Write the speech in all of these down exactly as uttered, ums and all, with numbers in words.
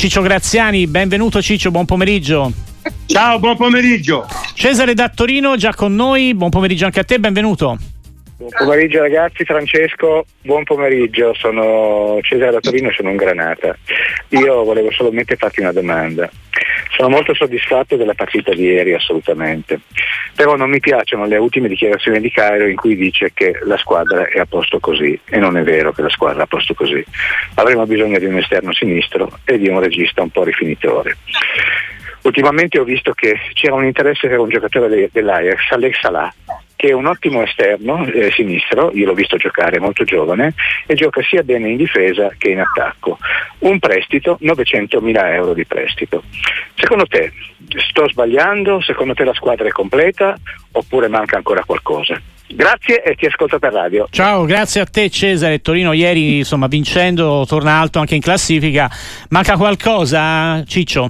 Ciccio Graziani. Benvenuto Ciccio, buon pomeriggio. Ciao, buon pomeriggio. Cesare da Torino già con noi, buon pomeriggio anche a te, benvenuto. Buon pomeriggio ragazzi, Francesco, buon pomeriggio, sono Cesare da Torino, sono un Granata. Io volevo solamente farti una domanda. Sono molto soddisfatto della partita di ieri, assolutamente, però non mi piacciono le ultime dichiarazioni di Cairo in cui dice che la squadra è a posto così, e non è vero che la squadra è a posto così. Avremo bisogno di un esterno sinistro e di un regista un po' rifinitore. Ultimamente ho visto che c'era un interesse per un giocatore dell'Ajax, Alex Salah, che è un ottimo esterno eh, sinistro, io l'ho visto giocare, molto giovane, e gioca sia bene in difesa che in attacco. Un prestito, novecentomila euro di prestito. Secondo te sto sbagliando? Secondo te la squadra è completa oppure manca ancora qualcosa? Grazie e ti ascolto per radio. Ciao, grazie a te Cesare. Torino ieri, insomma, vincendo, torna alto anche in classifica. Manca qualcosa, Ciccio?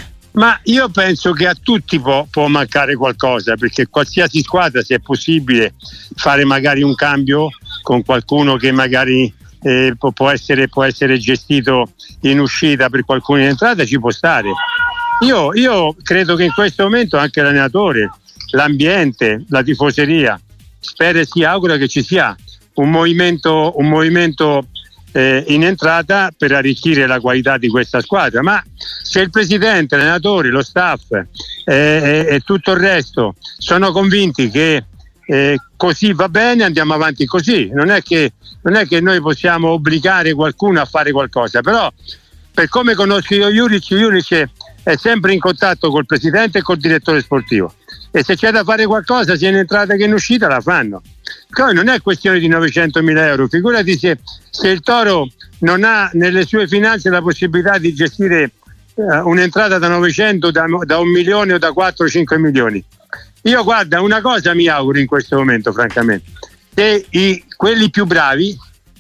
Ma io penso che a tutti può, può mancare qualcosa, perché qualsiasi squadra, se è possibile fare magari un cambio con qualcuno che magari eh, può, può, essere, può essere gestito in uscita per qualcuno in entrata, ci può stare. Io, io credo che in questo momento anche l'allenatore, l'ambiente, la tifoseria, spero e si augura che ci sia un movimento, un movimento Eh, in entrata per arricchire la qualità di questa squadra. Ma se il presidente, l'allenatore, lo staff eh, e, e tutto il resto sono convinti che eh, così va bene, andiamo avanti così. Non è che non è che noi possiamo obbligare qualcuno a fare qualcosa, però per come conosco io Juric, Juric è sempre in contatto col presidente e col direttore sportivo, e se c'è da fare qualcosa sia in entrata che in uscita la fanno. Poi non è questione di novecentomila euro, figurati se, se il Toro non ha nelle sue finanze la possibilità di gestire eh, un'entrata da novecento, da, da un milione o da quattro o cinque milioni. Io guarda, una cosa mi auguro in questo momento francamente, che i, quelli più bravi,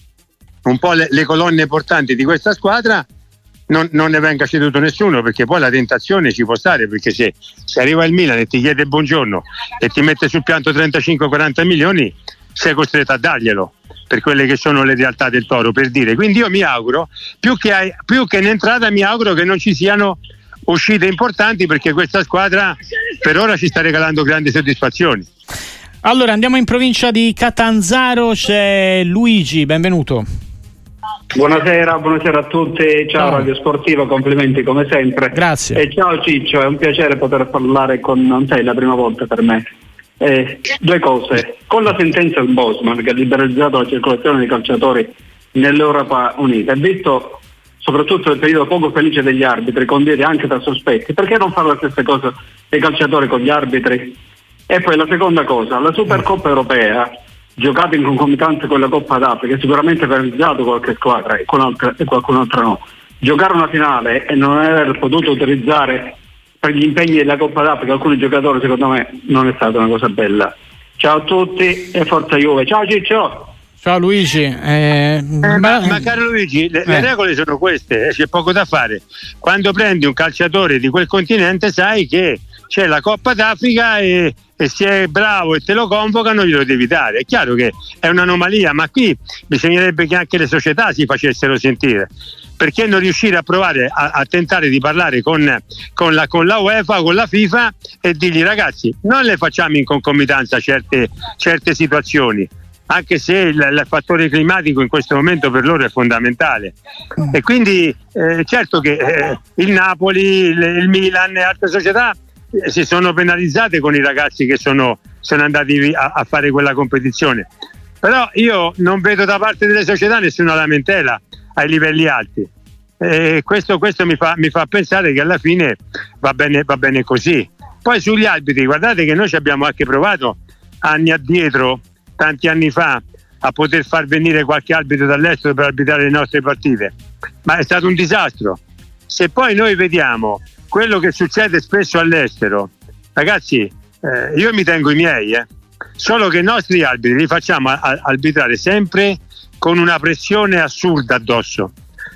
un po' le, le colonne portanti di questa squadra, Non, non ne venga ceduto nessuno, perché poi la tentazione ci può stare, perché se, se arriva il Milan e ti chiede buongiorno e ti mette sul pianto trentacinque quaranta milioni, sei costretto a darglielo, per quelle che sono le realtà del Toro, per dire. Quindi io mi auguro, più che, più che in entrata, mi auguro che non ci siano uscite importanti, perché questa squadra per ora ci sta regalando grandi soddisfazioni. Allora andiamo in provincia di Catanzaro, c'è Luigi, benvenuto. Buonasera, buonasera a tutti, ciao, ciao Radio Sportivo, complimenti come sempre. Grazie. E ciao Ciccio, è un piacere poter parlare con te, è la prima volta per me. Eh, due cose, con la sentenza del Bosman che ha liberalizzato la circolazione dei calciatori nell'Europa Unita, e visto soprattutto il periodo poco felice degli arbitri, conditi anche da sospetti, perché non fare la stessa cosa dei calciatori con gli arbitri? E poi la seconda cosa, la Supercoppa Europea, giocata in concomitanza con la Coppa d'Africa, sicuramente penalizzato qualche squadra e, con altre, e qualcun'altra no. Giocare una finale e non aver potuto utilizzare per gli impegni della Coppa d'Africa alcuni giocatori, secondo me non è stata una cosa bella. Ciao a tutti e forza Juve. Ciao Ciccio. Ciao Luigi. Eh, eh, ma, ma caro Luigi, le, eh. le regole sono queste, c'è poco da fare. Quando prendi un calciatore di quel continente sai che c'è la Coppa d'Africa e, e se è bravo e te lo convocano glielo devi dare. È chiaro che è un'anomalia, ma qui bisognerebbe che anche le società si facessero sentire. Perché non riuscire a provare a, a tentare di parlare con, con, la, con la UEFA, con la FIFA, e dirgli ragazzi non le facciamo in concomitanza certe, certe situazioni, anche se il, il fattore climatico in questo momento per loro è fondamentale. E quindi eh, certo che eh, il Napoli, il, il Milan e altre società eh, si sono penalizzate con i ragazzi che sono, sono andati a, a fare quella competizione, però io non vedo da parte delle società nessuna lamentela ai livelli alti, e questo, questo mi, fa, mi fa pensare che alla fine va bene, va bene così. Poi sugli arbitri, guardate che noi ci abbiamo anche provato anni addietro, tanti anni fa, a poter far venire qualche arbitro dall'estero per arbitrare le nostre partite, ma è stato un disastro. Se poi noi vediamo quello che succede spesso all'estero, ragazzi, eh, io mi tengo i miei, eh. solo che i nostri arbitri li facciamo a, a, arbitrare sempre con una pressione assurda addosso,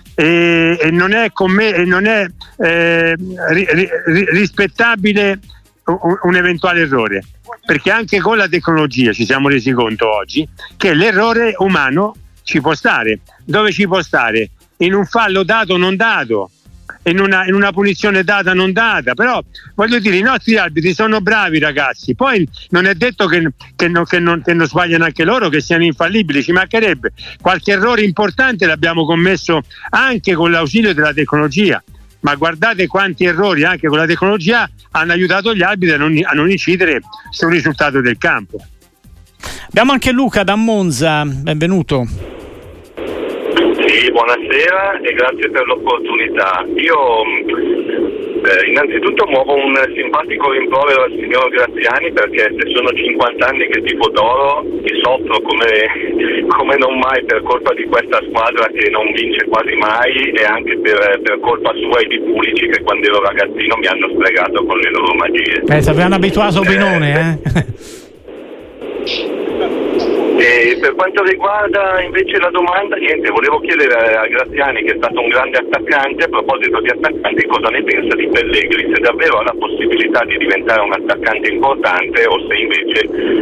e, e non è, con me, e non è eh, ri, ri, rispettabile un, un eventuale errore, perché anche con la tecnologia ci siamo resi conto oggi che l'errore umano ci può stare. Dove ci può stare? In un fallo dato o non dato, in una, in una punizione data non data, però voglio dire, i nostri arbitri sono bravi ragazzi, poi non è detto che, che, non, che, non, che non sbagliano anche loro, che siano infallibili, ci mancherebbe, qualche errore importante l'abbiamo commesso anche con l'ausilio della tecnologia, ma guardate quanti errori anche con la tecnologia hanno aiutato gli arbitri a non, a non incidere sul risultato del campo. Abbiamo anche Luca da Monza, benvenuto. Sì, buonasera e grazie per l'opportunità. Io eh, innanzitutto muovo un simpatico rimprovero al signor Graziani, perché se sono cinquanta anni che tifo Toro e soffro come, come non mai per colpa di questa squadra che non vince quasi mai, e anche per, per colpa sua e di Pulici, che quando ero ragazzino mi hanno spregato con le loro magie. Eh, ti avevano abituato Binone, eh? E per quanto riguarda invece la domanda, niente, volevo chiedere a Graziani, che è stato un grande attaccante, a proposito di attaccanti, cosa ne pensa di Pellegrini, se davvero ha la possibilità di diventare un attaccante importante o se invece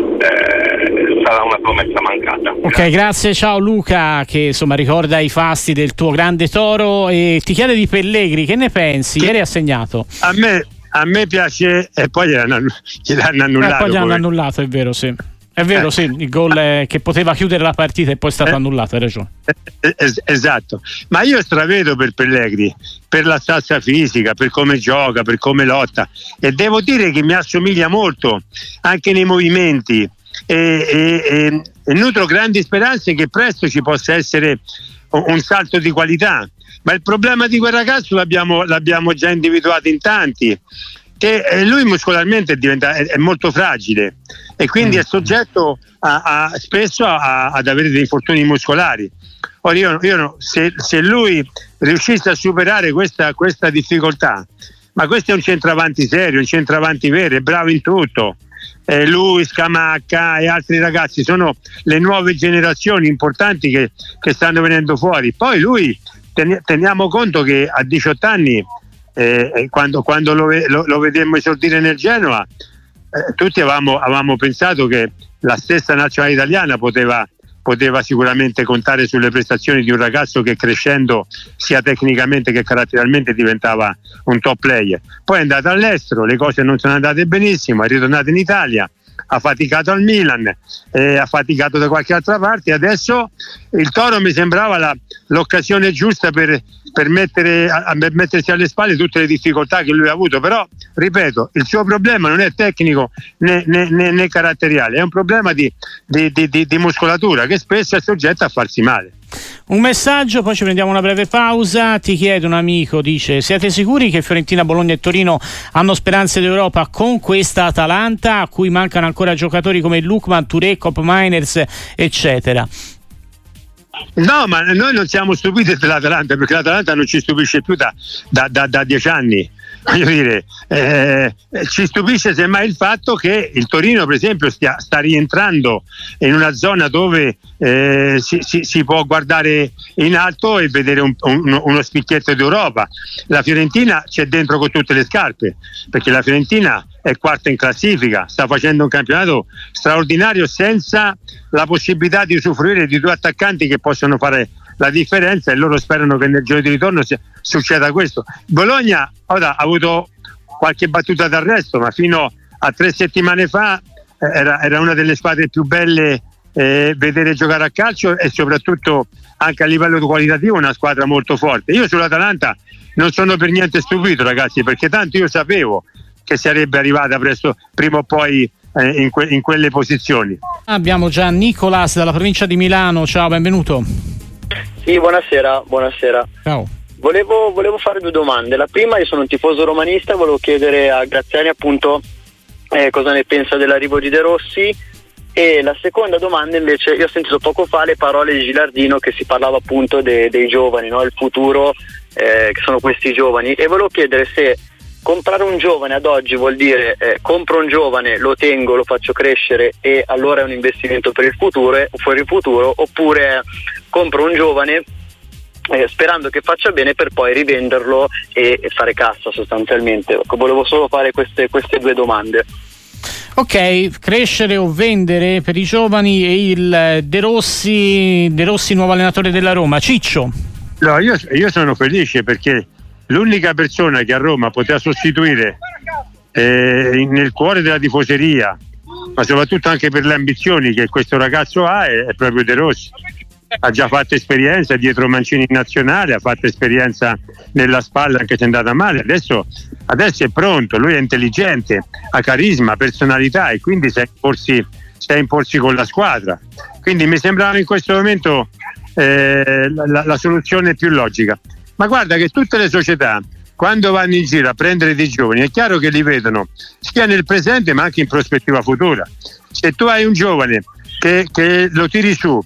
eh, sarà una promessa mancata. Ok, grazie. grazie, ciao Luca, che insomma ricorda i fasti del tuo grande Toro, e ti chiede di Pellegrini, che ne pensi? Che... Ieri ha segnato. A me, a me piace, e poi gliel'hanno, gliel'hanno annullato. E poi gliel'hanno annullato, è vero, sì. È vero, eh. sì, il gol è che poteva chiudere la partita e poi è stato eh. annullato, hai ragione. Es- esatto, ma io stravedo per Pellegrini, per la stazza fisica, per come gioca, per come lotta, e devo dire che mi assomiglia molto anche nei movimenti, e, e, e, e nutro grandi speranze che presto ci possa essere un, un salto di qualità, ma il problema di quel ragazzo l'abbiamo, l'abbiamo già individuato in tanti, che lui muscolarmente è, diventa, è, è molto fragile e quindi è soggetto a, a, spesso a, ad avere dei infortuni muscolari. Ora io, io se, se lui riuscisse a superare questa, questa difficoltà, ma questo è un centravanti serio, un centravanti vero, è bravo in tutto. Eh, lui, Scamacca e altri ragazzi sono le nuove generazioni importanti che, che stanno venendo fuori. Poi lui, ten, teniamo conto che a diciotto anni, Eh, quando, quando lo, lo, lo vedemmo esordire nel Genoa, eh, tutti avevamo, avevamo pensato che la stessa nazionale italiana poteva, poteva sicuramente contare sulle prestazioni di un ragazzo che crescendo sia tecnicamente che caratterialmente diventava un top player. Poi è andato all'estero, le cose non sono andate benissimo, è ritornato in Italia, ha faticato al Milan, eh, ha faticato da qualche altra parte, adesso il Toro mi sembrava la, l'occasione giusta per, per, mettere, a, a mettersi alle spalle tutte le difficoltà che lui ha avuto, però ripeto, il suo problema non è tecnico né, né, né, né caratteriale, è un problema di, di, di, di, di muscolatura che spesso è soggetta a farsi male. Un messaggio, poi ci prendiamo una breve pausa. Ti chiede un amico, dice: siete sicuri che Fiorentina, Bologna e Torino hanno speranze d'Europa con questa Atalanta, a cui mancano ancora giocatori come Lukman, Touré, Cop Miners eccetera? No, ma noi non siamo stupiti dell'Atalanta, perché l'Atalanta non ci stupisce più da, da, da, da dieci anni. Voglio dire, eh, ci stupisce semmai il fatto che il Torino, per esempio, stia, sta rientrando in una zona dove eh, si, si, si può guardare in alto e vedere un, un, uno spicchietto d'Europa. La Fiorentina c'è dentro con tutte le scarpe, perché la Fiorentina è quarta in classifica, sta facendo un campionato straordinario senza la possibilità di usufruire di due attaccanti che possono fare la differenza, e loro sperano che nel giro di ritorno sia, succeda questo. Bologna ora, ha avuto qualche battuta d'arresto, ma fino a tre settimane fa eh, era, era una delle squadre più belle eh, vedere giocare a calcio, e soprattutto anche a livello qualitativo una squadra molto forte. Io sull'Atalanta non sono per niente stupito, ragazzi, perché tanto io sapevo che sarebbe arrivata presto, prima o poi eh, in, que- in quelle posizioni. Abbiamo già Nicolas dalla provincia di Milano. Ciao, benvenuto. Sì, buonasera, buonasera. Ciao. Volevo, volevo fare due domande. La prima, io sono un tifoso romanista, volevo chiedere a Graziani appunto eh, cosa ne pensa dell'arrivo di De Rossi, e la seconda domanda invece, io ho sentito poco fa le parole di Gilardino che si parlava appunto de, dei giovani, no? Il futuro eh, che sono questi giovani, e volevo chiedere se comprare un giovane ad oggi vuol dire eh, compro un giovane, lo tengo, lo faccio crescere e allora è un investimento per il futuro, per il futuro, oppure compro un giovane eh, sperando che faccia bene per poi rivenderlo e, e fare cassa sostanzialmente. Ecco, volevo solo fare queste, queste due domande. Ok, crescere o vendere per i giovani, e il De Rossi, De Rossi nuovo allenatore della Roma. Ciccio. No, io, io sono felice perché l'unica persona che a Roma poteva sostituire eh, nel cuore della tifoseria, ma soprattutto anche per le ambizioni che questo ragazzo ha, è, è proprio De Rossi. Ha già fatto esperienza dietro Mancini in nazionale, ha fatto esperienza nella spalla anche se è andata male, adesso, adesso è pronto, lui è intelligente, ha carisma, personalità e quindi sa imporsi, sa imporsi con la squadra, quindi mi sembrava in questo momento eh, la, la soluzione più logica. Ma guarda che tutte le società quando vanno in giro a prendere dei giovani è chiaro che li vedono sia nel presente ma anche in prospettiva futura. Se tu hai un giovane che, che lo tiri su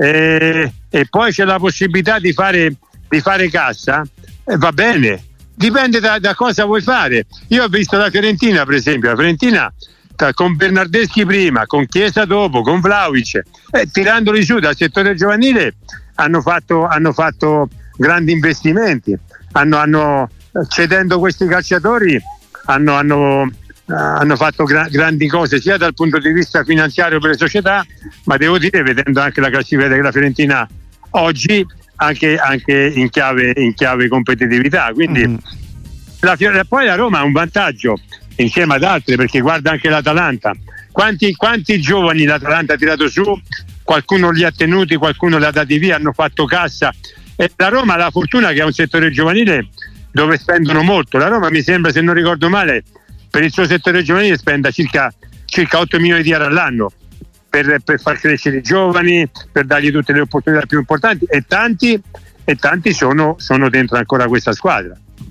e, e poi c'è la possibilità di fare, di fare cassa, eh, va bene, dipende da, da cosa vuoi fare. Io ho visto la Fiorentina, per esempio, la Fiorentina con Bernardeschi prima, con Chiesa dopo, con Vlahovic, eh, tirandoli su dal settore giovanile hanno fatto, hanno fatto grandi investimenti, hanno, hanno cedendo questi calciatori hanno, hanno, hanno fatto gra- grandi cose sia dal punto di vista finanziario per le società, ma devo dire, vedendo anche la classifica della Fiorentina oggi, anche, anche in, chiave, in chiave competitività, quindi mm. la, poi la Roma ha un vantaggio insieme ad altre, perché guarda anche l'Atalanta, quanti, quanti giovani l'Atalanta ha tirato su, qualcuno li ha tenuti, qualcuno li ha dati via, hanno fatto cassa, e la Roma ha la fortuna che ha un settore giovanile dove spendono molto. La Roma, mi sembra, se non ricordo male, per il suo settore giovanile spenda circa, circa otto milioni di euro all'anno per, per far crescere i giovani, per dargli tutte le opportunità più importanti, e tanti, e tanti sono, sono dentro ancora questa squadra.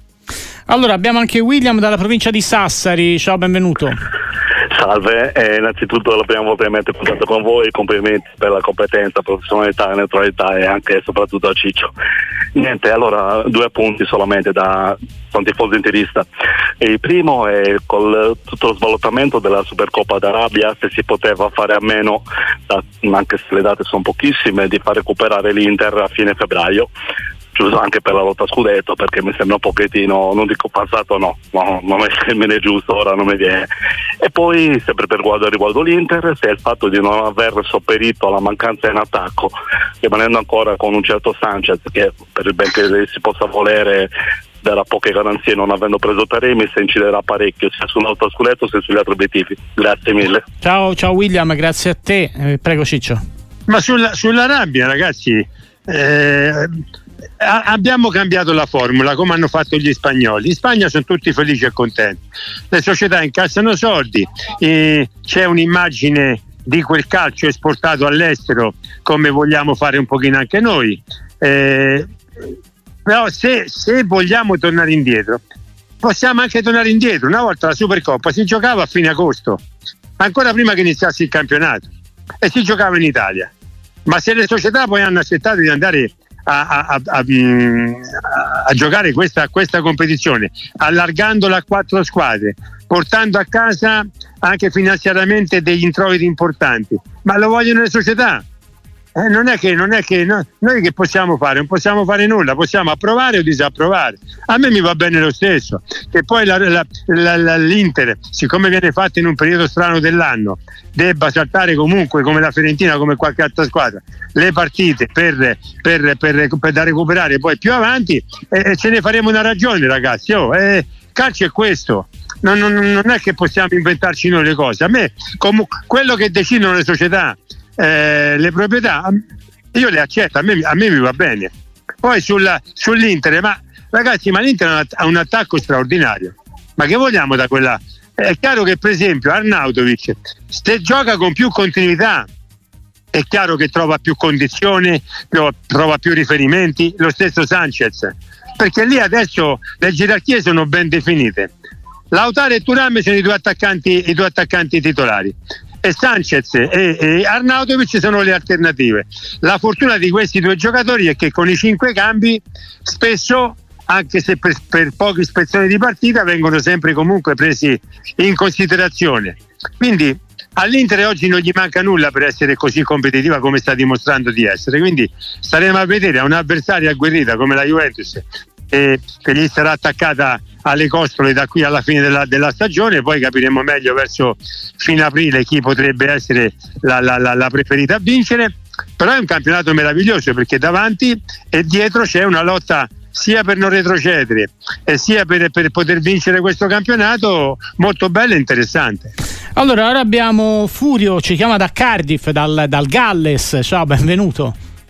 Allora abbiamo anche William dalla provincia di Sassari, ciao, benvenuto. Salve, eh, innanzitutto è la prima volta che metto in contatto con voi, complimenti per la competenza, professionalità, neutralità e anche e soprattutto a Ciccio. Niente, allora due appunti solamente da un tifoso interista. Il primo è con tutto lo svaluttamento della Supercoppa d'Arabia, se si poteva fare a meno, da, anche se le date sono pochissime, di far recuperare l'Inter a fine febbraio, giusto anche per la lotta scudetto, perché mi sembra un pochettino, non dico passato, no, no non è il termine giusto, ora non mi viene. E poi sempre per riguardo riguardo l'Inter, se è il fatto di non aver sopperito alla mancanza in attacco, rimanendo ancora con un certo Sanchez, che per il ben che si possa volere darà poche garanzie, non avendo preso Taremi, se inciderà parecchio sia sull'altro scudetto sia sugli altri obiettivi. Grazie mille. Ciao, ciao William, grazie a te, eh, prego Ciccio. Ma sulla, sull'Arabia, ragazzi, eh, abbiamo cambiato la formula come hanno fatto gli spagnoli. In Spagna sono tutti felici e contenti, le società incassano soldi, eh, c'è un'immagine di quel calcio esportato all'estero come vogliamo fare un pochino anche noi, eh, però se, se vogliamo tornare indietro possiamo anche tornare indietro. Una volta la Supercoppa si giocava a fine agosto, ancora prima che iniziasse il campionato, e si giocava in Italia. Ma se le società poi hanno accettato di andare A, a, a, a giocare questa, questa competizione, allargandola a quattro squadre, portando a casa anche finanziariamente degli introiti importanti, ma lo vogliono le società. Eh, non è che, non è che no, noi che possiamo fare? Non possiamo fare nulla, possiamo approvare o disapprovare. A me mi va bene lo stesso che poi la, la, la, la, l'Inter, siccome viene fatta in un periodo strano dell'anno, debba saltare comunque, come la Fiorentina, come qualche altra squadra, le partite per, per, per, per da recuperare poi più avanti, e, e ce ne faremo una ragione, ragazzi. Oh, eh, calcio è questo, non, non, non è che possiamo inventarci noi le cose. A me com- quello che decidono le società, Eh, le proprietà, io le accetto, a me, a me mi va bene. Poi sulla, sull'Inter, ma ragazzi, ma l'Inter ha un attacco straordinario, ma che vogliamo da quella? È chiaro che per esempio Arnautovic, se gioca con più continuità, è chiaro che trova più condizioni, trova più riferimenti, lo stesso Sanchez, perché lì adesso le gerarchie sono ben definite. Lautaro e Thuram sono i due attaccanti, i due attaccanti titolari, e Sanchez e, e Arnautovic sono le alternative. La fortuna di questi due giocatori è che con i cinque cambi spesso, anche se per, per poche spezzoni di partita, vengono sempre comunque presi in considerazione. Quindi all'Inter oggi non gli manca nulla per essere così competitiva come sta dimostrando di essere, quindi staremo a vedere a un'avversaria agguerrita come la Juventus, eh, che gli sarà attaccata alle costole da qui alla fine della, della stagione. Poi capiremo meglio verso fine aprile chi potrebbe essere la, la, la, la preferita a vincere. Però è un campionato meraviglioso, perché davanti e dietro c'è una lotta sia per non retrocedere e sia per, per poter vincere questo campionato, molto bello e interessante. Allora, ora abbiamo Furio, ci chiama da Cardiff, dal, dal Galles. Ciao, benvenuto.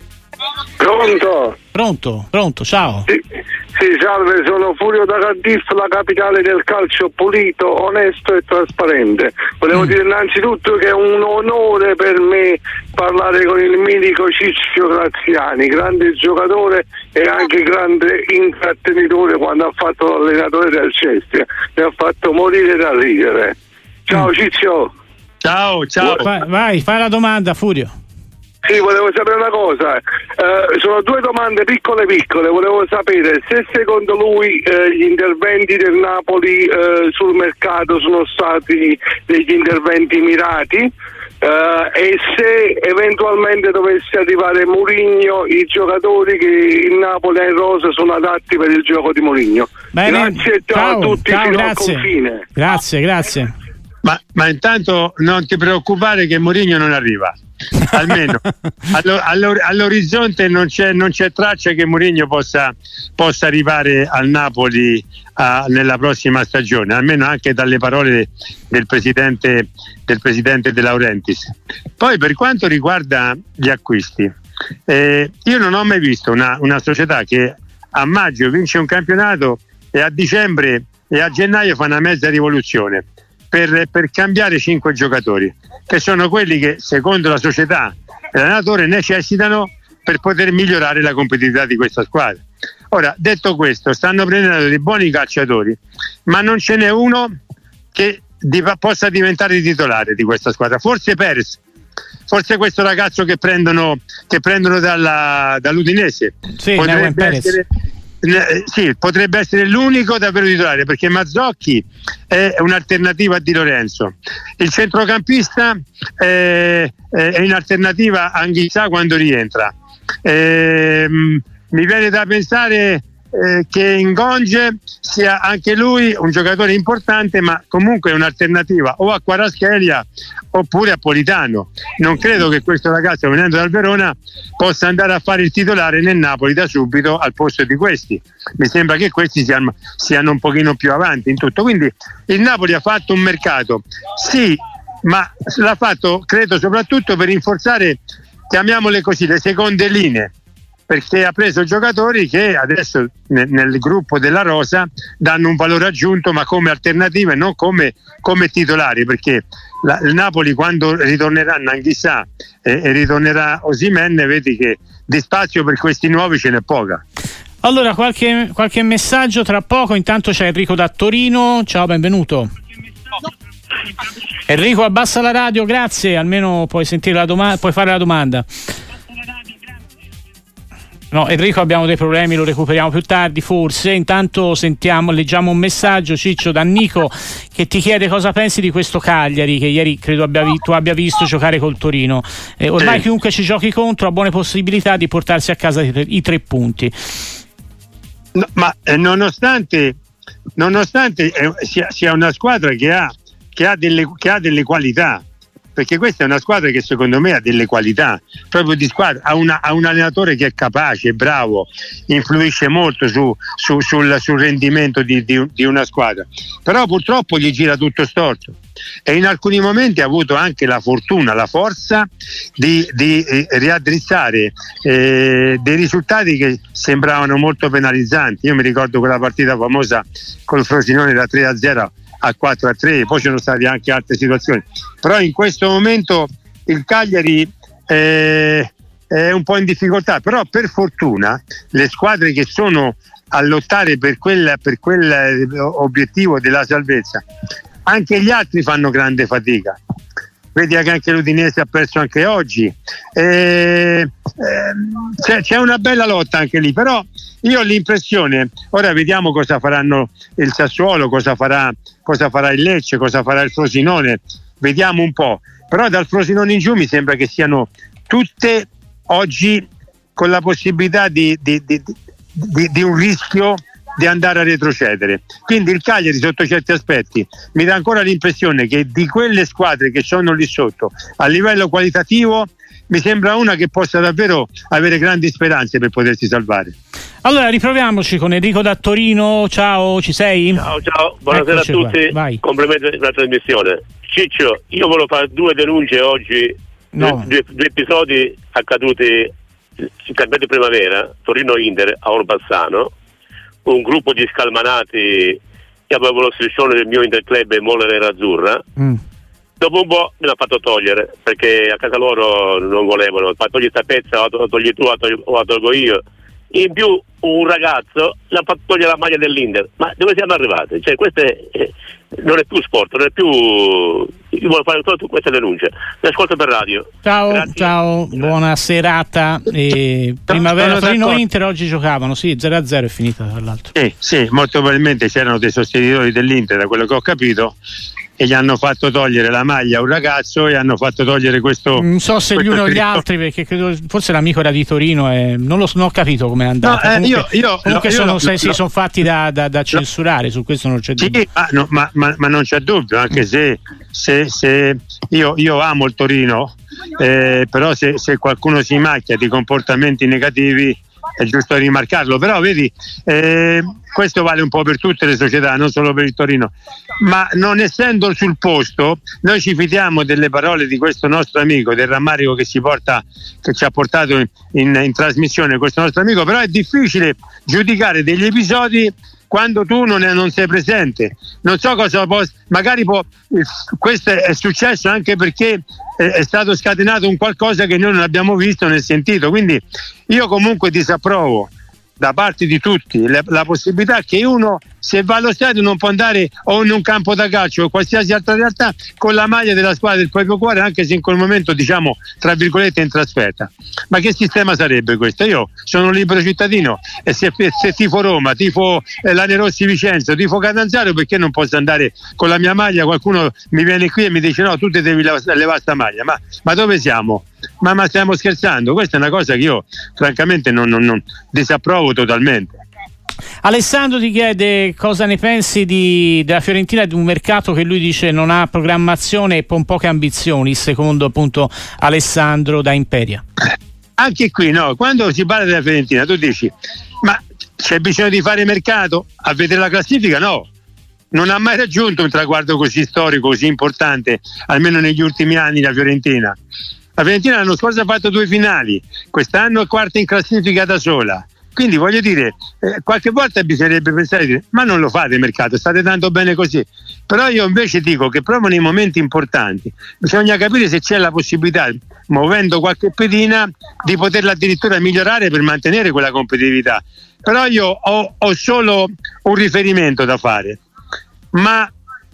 Pronto? Pronto, pronto, ciao. Sì, sì, salve, sono Furio da Cardiff, la capitale del calcio pulito, onesto e trasparente. Volevo mm. dire innanzitutto che è un onore per me parlare con il mitico Ciccio Graziani, grande giocatore e anche grande intrattenitore quando ha fatto l'allenatore del Chelsea. Mi ha fatto morire da ridere. Ciao mm. Ciccio. Ciao, ciao. Vai, vai, fai la domanda, Furio. Sì, volevo sapere una cosa, eh, sono due domande piccole piccole, volevo sapere se secondo lui eh, gli interventi del Napoli eh, sul mercato sono stati degli interventi mirati eh, e se eventualmente dovesse arrivare Mourinho, i giocatori che il Napoli ha in rosa sono adatti per il gioco di Mourinho. Bene. Grazie, ciao, ciao a tutti, ciao, fino grazie. al confine. Grazie, grazie. Ma, ma intanto non ti preoccupare che Mourinho non arriva. Almeno allo, allo, all'orizzonte non c'è, non c'è traccia che Mourinho possa, possa arrivare al Napoli a, nella prossima stagione, almeno anche dalle parole del presidente del presidente De Laurentiis. Poi per quanto riguarda gli acquisti, eh, io non ho mai visto una, una società che a maggio vince un campionato e a dicembre e a gennaio fa una mezza rivoluzione per, per cambiare cinque giocatori, che sono quelli che secondo la società e l'allenatore necessitano per poter migliorare la competitività di questa squadra. Ora, detto questo, stanno prendendo dei buoni calciatori, ma non ce n'è uno che di, possa diventare titolare di questa squadra. Forse Perez, forse questo ragazzo che prendono, che prendono dalla, dall'Udinese, sì, potrebbe essere, sì, potrebbe essere l'unico davvero titolare, perché Mazzocchi è un'alternativa a Di Lorenzo, il centrocampista è, è in alternativa a Anghissà quando rientra. E, mi viene da pensare eh, che Ngonge sia anche lui un giocatore importante, ma comunque è un'alternativa o a Kvaratskhelia oppure a Politano. Non credo che questo ragazzo, venendo dal Verona, possa andare a fare il titolare nel Napoli da subito al posto di questi. Mi sembra che questi siano, siano un pochino più avanti in tutto. Quindi il Napoli ha fatto un mercato, sì, ma l'ha fatto credo soprattutto per rinforzare, chiamiamole così, le seconde linee, perché ha preso giocatori che adesso nel, nel gruppo della rosa danno un valore aggiunto, ma come alternative, non come, come titolari, perché la, il Napoli quando ritorneranno Anghissà e, e ritornerà Osimhen, vedi che di spazio per questi nuovi ce n'è poca. Allora, qualche, qualche messaggio tra poco. Intanto c'è Enrico da Torino. Ciao, benvenuto. Enrico, abbassa la radio, grazie, almeno puoi sentire la domanda, puoi fare la domanda. No, Enrico, abbiamo dei problemi, lo recuperiamo più tardi forse. Intanto sentiamo, leggiamo un messaggio, Ciccio, da Nico, che ti chiede cosa pensi di questo Cagliari che ieri credo abbia, tu abbia visto giocare col Torino. Eh, ormai sì. Chiunque ci giochi contro ha buone possibilità di portarsi a casa i tre, i tre punti. No, ma eh, nonostante, nonostante eh, sia, sia una squadra che ha, che, ha delle, che ha delle qualità, perché questa è una squadra che secondo me ha delle qualità proprio di squadra, ha, una, ha un allenatore che è capace, bravo, influisce molto su, su, sul, sul rendimento di, di, di una squadra, però purtroppo gli gira tutto storto e in alcuni momenti ha avuto anche la fortuna, la forza di, di eh, riaddrizzare eh, dei risultati che sembravano molto penalizzanti. Io mi ricordo quella partita famosa col Frosinone da tre a zero a quattro a tre, poi ci sono state anche altre situazioni, però in questo momento il Cagliari eh, è un po' in difficoltà, però per fortuna le squadre che sono a lottare per quel, per quel obiettivo della salvezza, anche gli altri fanno grande fatica. Vedi che anche l'Udinese ha perso anche oggi, eh, eh, c'è, c'è una bella lotta anche lì, però io ho l'impressione, ora vediamo cosa faranno il Sassuolo, cosa farà, cosa farà il Lecce, cosa farà il Frosinone, vediamo un po', però dal Frosinone in giù mi sembra che siano tutte oggi con la possibilità di, di, di, di, di un rischio di andare a retrocedere. Quindi il Cagliari sotto certi aspetti mi dà ancora l'impressione che di quelle squadre che sono lì sotto a livello qualitativo mi sembra una che possa davvero avere grandi speranze per potersi salvare. Allora riproviamoci con Enrico da Torino. Ciao, ci sei? Ciao, ciao, buonasera Eccoci a tutti. Vai. Complimenti per la trasmissione. Ciccio, io volevo fare due denunce oggi, no. due, due episodi accaduti sul campionato di primavera, Torino-Inter a Orbassano. Un gruppo di scalmanati che aveva lo striscione del mio Interclub e Molla Nerazzurra. Mm. Dopo un po' me l'ha fatto togliere perché a casa loro non volevano, togli sta pezza, o togli tu o la tolgo io. In più un ragazzo l'ha fatto togliere la maglia dell'Inter. Ma dove siamo arrivati? Cioè questo è, eh, non è più sport, non è più. Io voglio fare solo questa denuncia. Mi ascolto per radio. Ciao, Grazie. ciao, buona serata. E primavera Torino-Inter oggi giocavano, sì, zero a zero è finita tra l'altro. Sì, sì, molto probabilmente c'erano dei sostenitori dell'Inter, da quello che ho capito, e gli hanno fatto togliere la maglia a un ragazzo e hanno fatto togliere questo. Non so se gli uno o gli altri, perché credo forse l'amico era di Torino e non, lo, non ho capito com'è andato. No, eh, comunque io, io, comunque io, sono, io, se, io, si sono fatti da, da, da censurare, su questo non c'è dubbio. Sì, ah, no, ma, ma, ma non c'è dubbio, anche se, se, se io, io amo il Torino, eh, però se, se qualcuno si macchia di comportamenti negativi è giusto rimarcarlo, però vedi, eh, questo vale un po' per tutte le società, non solo per il Torino, ma non essendo sul posto noi ci fidiamo delle parole di questo nostro amico, del rammarico che ci porta, che ci ha portato in, in, in trasmissione questo nostro amico, però è difficile giudicare degli episodi quando tu non, è, non sei presente. Non so cosa può, magari può, questo è successo anche perché è, è stato scatenato un qualcosa che noi non abbiamo visto né sentito, quindi io comunque disapprovo da parte di tutti la, la possibilità che uno, se va allo stadio, non può andare o in un campo da calcio o qualsiasi altra realtà con la maglia della squadra del proprio cuore, anche se in quel momento, diciamo, tra virgolette, in trasferta. Ma che sistema sarebbe questo? Io sono un libero cittadino e se, se tifo Roma, tifo eh, Lanerossi Vicenza, tifo Catanzaro, perché non posso andare con la mia maglia? Qualcuno mi viene qui e mi dice no, tu ti devi levare sta maglia. Ma, ma dove siamo? Ma, ma stiamo scherzando? Questa è una cosa che io francamente non, non, non disapprovo totalmente. Alessandro ti chiede cosa ne pensi di, della Fiorentina, di un mercato che lui dice non ha programmazione e con poche ambizioni, secondo appunto Alessandro da Imperia. Anche qui no, quando si parla della Fiorentina tu dici ma c'è bisogno di fare mercato? A vedere la classifica no, non ha mai raggiunto un traguardo così storico, così importante, almeno negli ultimi anni la Fiorentina. La Fiorentina l'anno scorso ha fatto due finali, quest'anno è quarta in classifica da sola. Quindi voglio dire, eh, qualche volta bisognerebbe pensare di dire, ma non lo fate mercato, state tanto bene così. Però io invece dico che proprio nei momenti importanti bisogna capire se c'è la possibilità, muovendo qualche pedina, di poterla addirittura migliorare per mantenere quella competitività. Però io ho, ho solo un riferimento da fare, ma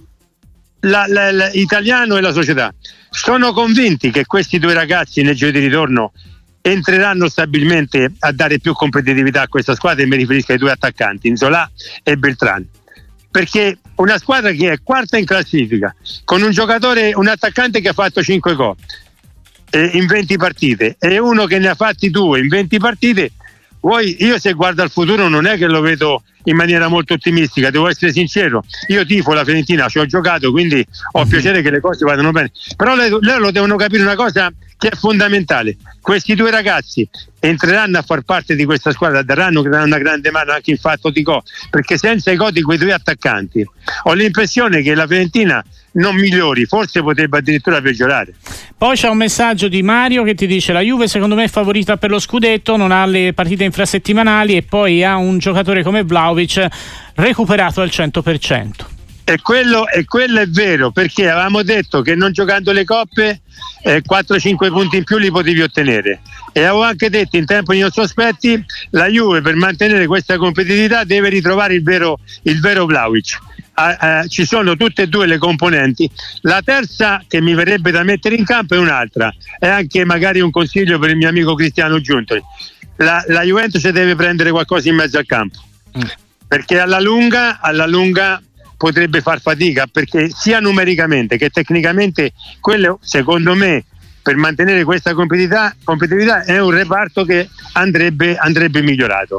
la, la, la, l'italiano e la società sono convinti che questi due ragazzi nel giro di ritorno entreranno stabilmente a dare più competitività a questa squadra, e mi riferisco ai due attaccanti, Nzola e Beltrán, perché una squadra che è quarta in classifica con un giocatore, un attaccante che ha fatto cinque gol eh, in venti partite e uno che ne ha fatti due in venti partite, vuoi, io se guardo al futuro non è che lo vedo in maniera molto ottimistica, devo essere sincero, io tifo la Fiorentina, ci ho giocato, quindi ho mm-hmm. piacere che le cose vadano bene, però loro devono capire una cosa che è fondamentale: questi due ragazzi entreranno a far parte di questa squadra, daranno una grande mano anche in fatto di gol, perché senza i gol di quei due attaccanti ho l'impressione che la Fiorentina non migliori, forse potrebbe addirittura peggiorare. Poi c'è un messaggio di Mario che ti dice: la Juve secondo me è favorita per lo scudetto, non ha le partite infrasettimanali e poi ha un giocatore come Vlahovic recuperato al cento per cento. E quello, e quello è vero, perché avevamo detto che non giocando le coppe eh, quattro cinque punti in più li potevi ottenere, e avevo anche detto in tempo di non sospetti la Juve per mantenere questa competitività deve ritrovare il vero, il vero Vlahovic. Ah, eh, ci sono tutte e due le componenti. La terza che mi verrebbe da mettere in campo è un'altra, è anche magari un consiglio per il mio amico Cristiano Giuntoli: la, la Juventus deve prendere qualcosa in mezzo al campo, mm. perché alla lunga, alla lunga potrebbe far fatica, perché sia numericamente che tecnicamente quello, secondo me, per mantenere questa competitività, competitività è un reparto che andrebbe, andrebbe migliorato.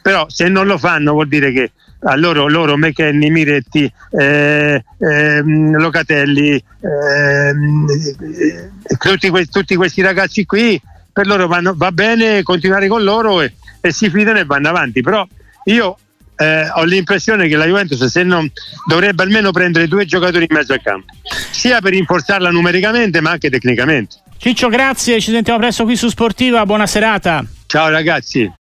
però se non lo fanno vuol dire che a loro, loro McKennie, Miretti, eh, eh, Locatelli, eh, tutti, que- tutti questi ragazzi qui, per loro vanno, va bene continuare con loro e, e si fidano e vanno avanti, però io eh, ho l'impressione che la Juventus, se non, dovrebbe almeno prendere due giocatori in mezzo al campo, sia per rinforzarla numericamente ma anche tecnicamente. Ciccio, grazie, ci sentiamo presto qui su Sportiva, buona serata. Ciao ragazzi.